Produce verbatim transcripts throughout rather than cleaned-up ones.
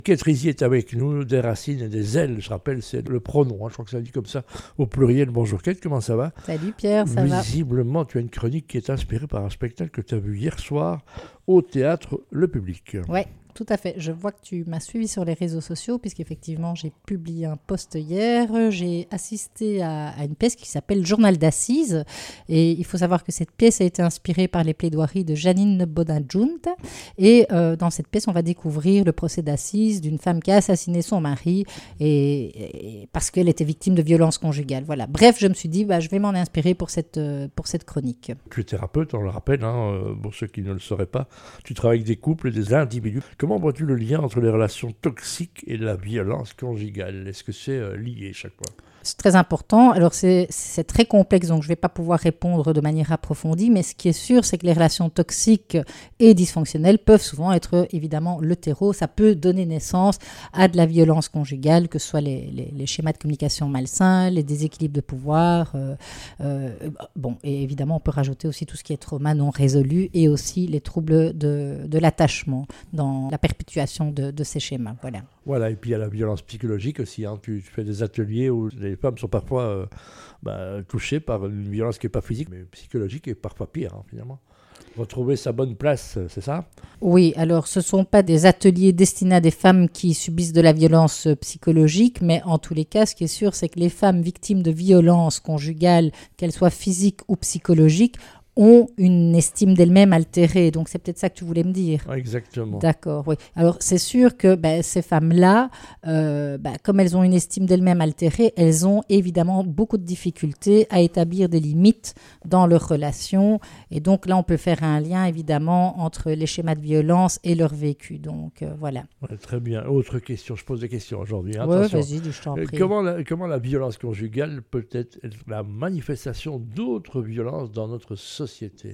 Kate Rizy est avec nous, des racines et des ailes, je rappelle, c'est le pronom, hein, je crois que ça dit comme ça au pluriel. Bonjour Kate, comment ça va? Salut Pierre, ça va? Visiblement, tu as une chronique qui est inspirée par un spectacle que tu as vu hier soir au théâtre Le Public. Ouais. Tout à fait. Je vois que tu m'as suivi sur les réseaux sociaux puisqu'effectivement, j'ai publié un post hier. J'ai assisté à, à une pièce qui s'appelle Journal d'assises. Et il faut savoir que cette pièce a été inspirée par les plaidoiries de Janine Bodin-Djunt. Et euh, dans cette pièce, on va découvrir le procès d'assises d'une femme qui a assassiné son mari et, et parce qu'elle était victime de violences conjugales. Voilà. Bref, je me suis dit, bah, je vais m'en inspirer pour cette, euh, pour cette chronique. Tu es thérapeute, on le rappelle, hein, pour ceux qui ne le sauraient pas. Tu travailles avec des couples, des individus. Comment vois-tu le lien entre les relations toxiques et la violence conjugale? Est-ce que c'est euh, lié chaque fois? C'est très important. Alors, c'est, c'est très complexe, donc je ne vais pas pouvoir répondre de manière approfondie, mais ce qui est sûr, c'est que les relations toxiques et dysfonctionnelles peuvent souvent être, évidemment, le terreau. Ça peut donner naissance à de la violence conjugale, que ce soit les, les, les schémas de communication malsains, les déséquilibres de pouvoir. Euh, euh, bon, et évidemment, on peut rajouter aussi tout ce qui est trauma non résolu et aussi les troubles de, de l'attachement dans la perpétuation de, de ces schémas. Voilà. Voilà, et puis il y a la violence psychologique aussi. Hein. Tu, tu fais des ateliers où les femmes sont parfois euh, bah, touchées par une violence qui n'est pas physique, mais psychologique et parfois pire, hein, finalement. Retrouver sa bonne place, c'est ça? Oui, alors ce ne sont pas des ateliers destinés à des femmes qui subissent de la violence psychologique, mais en tous les cas, ce qui est sûr, c'est que les femmes victimes de violences conjugales, qu'elles soient physiques ou psychologiques, ont une estime d'elles-mêmes altérée. Donc, c'est peut-être ça que tu voulais me dire. Exactement. D'accord, oui. Alors, c'est sûr que ben, ces femmes-là, euh, ben, comme elles ont une estime d'elles-mêmes altérée, elles ont évidemment beaucoup de difficultés à établir des limites dans leurs relations. Et donc, là, on peut faire un lien, évidemment, entre les schémas de violence et leur vécu. Donc, euh, voilà. Ouais, très bien. Autre question. Je pose des questions aujourd'hui. Oui, vas-y, je t'en prie. Comment la, comment la violence conjugale peut être la manifestation d'autres violences dans notre société? Société.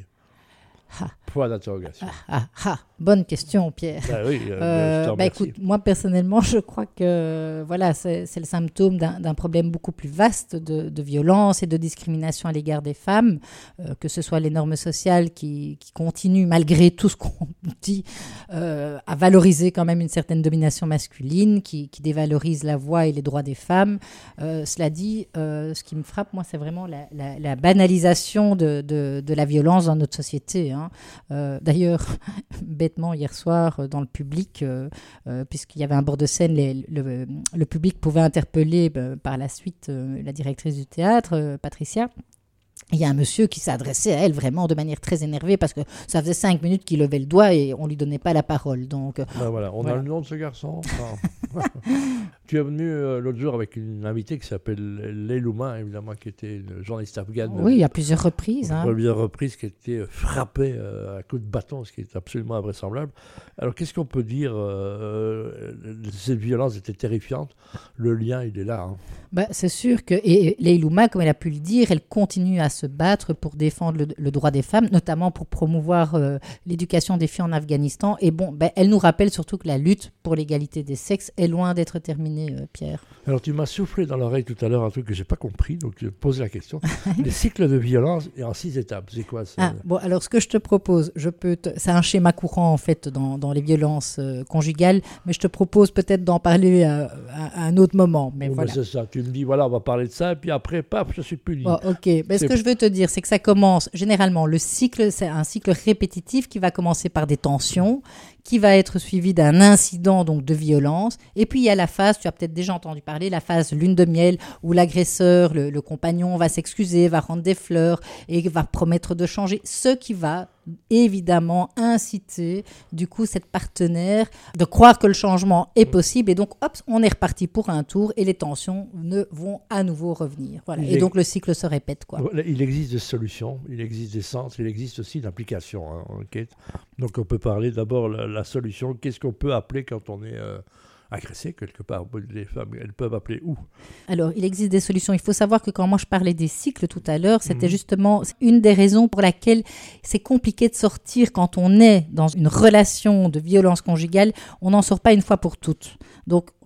Ah. Point d'interrogation. Ah, ah, ah. Bonne question, Pierre. Bah oui, euh, euh, je t'en bah écoute, moi personnellement, je crois que voilà, c'est, c'est le symptôme d'un, d'un problème beaucoup plus vaste de, de violence et de discrimination à l'égard des femmes, euh, que ce soit les normes sociales qui, qui continuent, malgré tout ce qu'on dit, euh, à valoriser quand même une certaine domination masculine, qui, qui dévalorise la voix et les droits des femmes. Euh, cela dit, euh, ce qui me frappe, moi, c'est vraiment la, la, la banalisation de, de, de la violence dans notre société. Hein. Euh, d'ailleurs, bêtement, hier soir, dans le public, euh, euh, puisqu'il y avait un bord de scène, les, le, le public pouvait interpeller euh, par la suite euh, la directrice du théâtre, euh, Patricia. Il y a un monsieur qui s'adressait à elle vraiment de manière très énervée parce que ça faisait cinq minutes qu'il levait le doigt et on ne lui donnait pas la parole. Donc, ben voilà, on voilà. a le nom de ce garçon. Tu es venu euh, l'autre jour avec une invitée qui s'appelle Leilouma, évidemment, qui était une journaliste afghane. Oui, il y a plusieurs reprises. Hein. Hein. Plusieurs reprises qui a été frappée euh, à coups de bâton, ce qui est absolument invraisemblable. Alors, qu'est-ce qu'on peut dire euh, cette violence était terrifiante. Le lien, il est là. Hein. Ben, c'est sûr que et Leilouma, comme elle a pu le dire, elle continue à se battre pour défendre le, le droit des femmes, notamment pour promouvoir euh, l'éducation des filles en Afghanistan. Et bon, ben, elle nous rappelle surtout que la lutte pour l'égalité des sexes est loin d'être terminée, euh, Pierre. Alors, tu m'as soufflé dans l'oreille tout à l'heure un truc que je n'ai pas compris, donc je pose la question. Les cycles de violence et en six étapes, c'est quoi ça? Ah, bon, alors ce que je te propose, je peux te... c'est un schéma courant en fait dans, dans les violences euh, conjugales, mais je te propose peut-être d'en parler à, à, à un autre moment. Mais oui, voilà. Mais c'est ça, tu me dis, voilà, on va parler de ça, et puis après, paf, je suis puni. Bon, ok, mais ce que je veux te dire, c'est que ça commence, généralement, le cycle, c'est un cycle répétitif qui va commencer par des tensions, qui va être suivi d'un incident donc de violence. Et puis il y a la phase, tu as peut-être déjà entendu parler, la phase lune de miel, où l'agresseur, le, le compagnon va s'excuser, va rendre des fleurs et va promettre de changer, ce qui va évidemment inciter du coup cette partenaire de croire que le changement est possible et donc hop, on est reparti pour un tour et les tensions ne vont à nouveau revenir. Voilà. Et est... donc le cycle se répète, quoi. Il existe des solutions, il existe des centres, il existe aussi d'applications. Hein, okay. Donc on peut parler d'abord la, la solution, qu'est-ce qu'on peut appeler quand on est euh, agressé quelque part. Les femmes, elles peuvent appeler où? Alors, il existe des solutions. Il faut savoir que quand moi je parlais des cycles tout à l'heure, c'était mmh. justement une des raisons pour laquelle c'est compliqué de sortir quand on est dans une relation de violence conjugale. On n'en sort pas une fois pour toutes. Donc,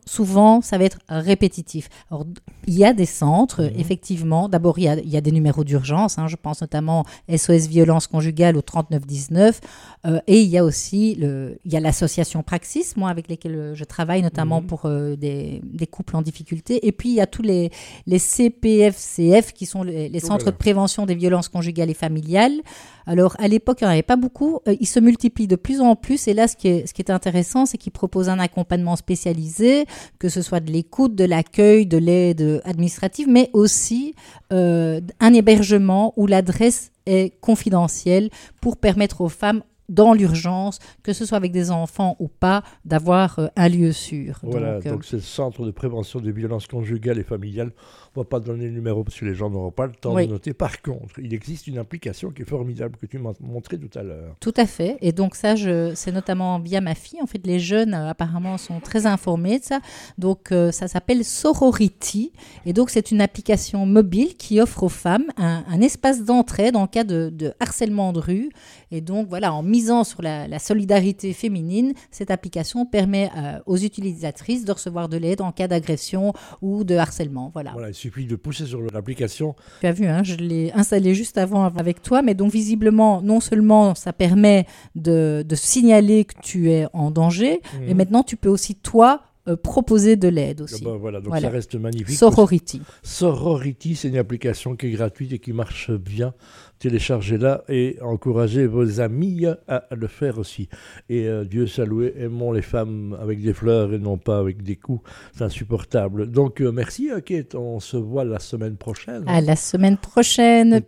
souvent, ça va être répétitif. Alors, il y a des centres, Mmh. effectivement. D'abord, il y a, il y a des numéros d'urgence. Hein, je pense notamment S O S Violence Conjugale au trente-neuf dix-neuf. Euh, et il y a aussi le, il y a l'association Praxis, moi, avec lesquelles je travaille, notamment Mmh. pour euh, des, des couples en difficulté. Et puis, il y a tous les, les C P F C F, qui sont les, les centres là. de prévention des violences conjugales et familiales. Alors, à l'époque, il n'y en avait pas beaucoup. Euh, ils se multiplient de plus en plus. Et là, ce qui est, ce qui est intéressant, c'est qu'ils proposent un accompagnement spécialisé, que ce soit de l'écoute, de l'accueil, de l'aide administrative, mais aussi euh, un hébergement où l'adresse est confidentielle pour permettre aux femmes, dans l'urgence, que ce soit avec des enfants ou pas, d'avoir euh, un lieu sûr. Voilà, donc, euh, donc c'est le centre de prévention des violences conjugales et familiales. On ne va pas donner le numéro parce que les gens n'auront pas le temps Oui. de noter. Par contre, il existe une application qui est formidable que tu m'as montré tout à l'heure. Tout à fait. Et donc ça, je, c'est notamment via ma fille. En fait, les jeunes, euh, apparemment, sont très informés de ça. Donc, euh, ça s'appelle Sorority. Et donc, c'est une application mobile qui offre aux femmes un, un espace d'entraide en cas de, de harcèlement de rue. Et donc, voilà, en misant sur la, la solidarité féminine, cette application permet euh, aux utilisatrices de recevoir de l'aide en cas d'agression ou de harcèlement. Voilà. Voilà, il suffit de pousser sur l'application. Tu as vu, hein, je l'ai installé juste avant avec toi, mais donc visiblement, non seulement ça permet de, de signaler que tu es en danger, Mmh. et maintenant tu peux aussi, toi, euh, proposer de l'aide aussi. Ah bah voilà, donc Voilà. ça reste magnifique. Sorority. Sorority, c'est une application qui est gratuite et qui marche bien. Téléchargez-la et encouragez vos amis à le faire aussi. Et euh, Dieu salué, aimons les femmes avec des fleurs et non pas avec des coups. C'est insupportable. Donc euh, merci, euh, Kate. On se voit la semaine prochaine. À la semaine prochaine.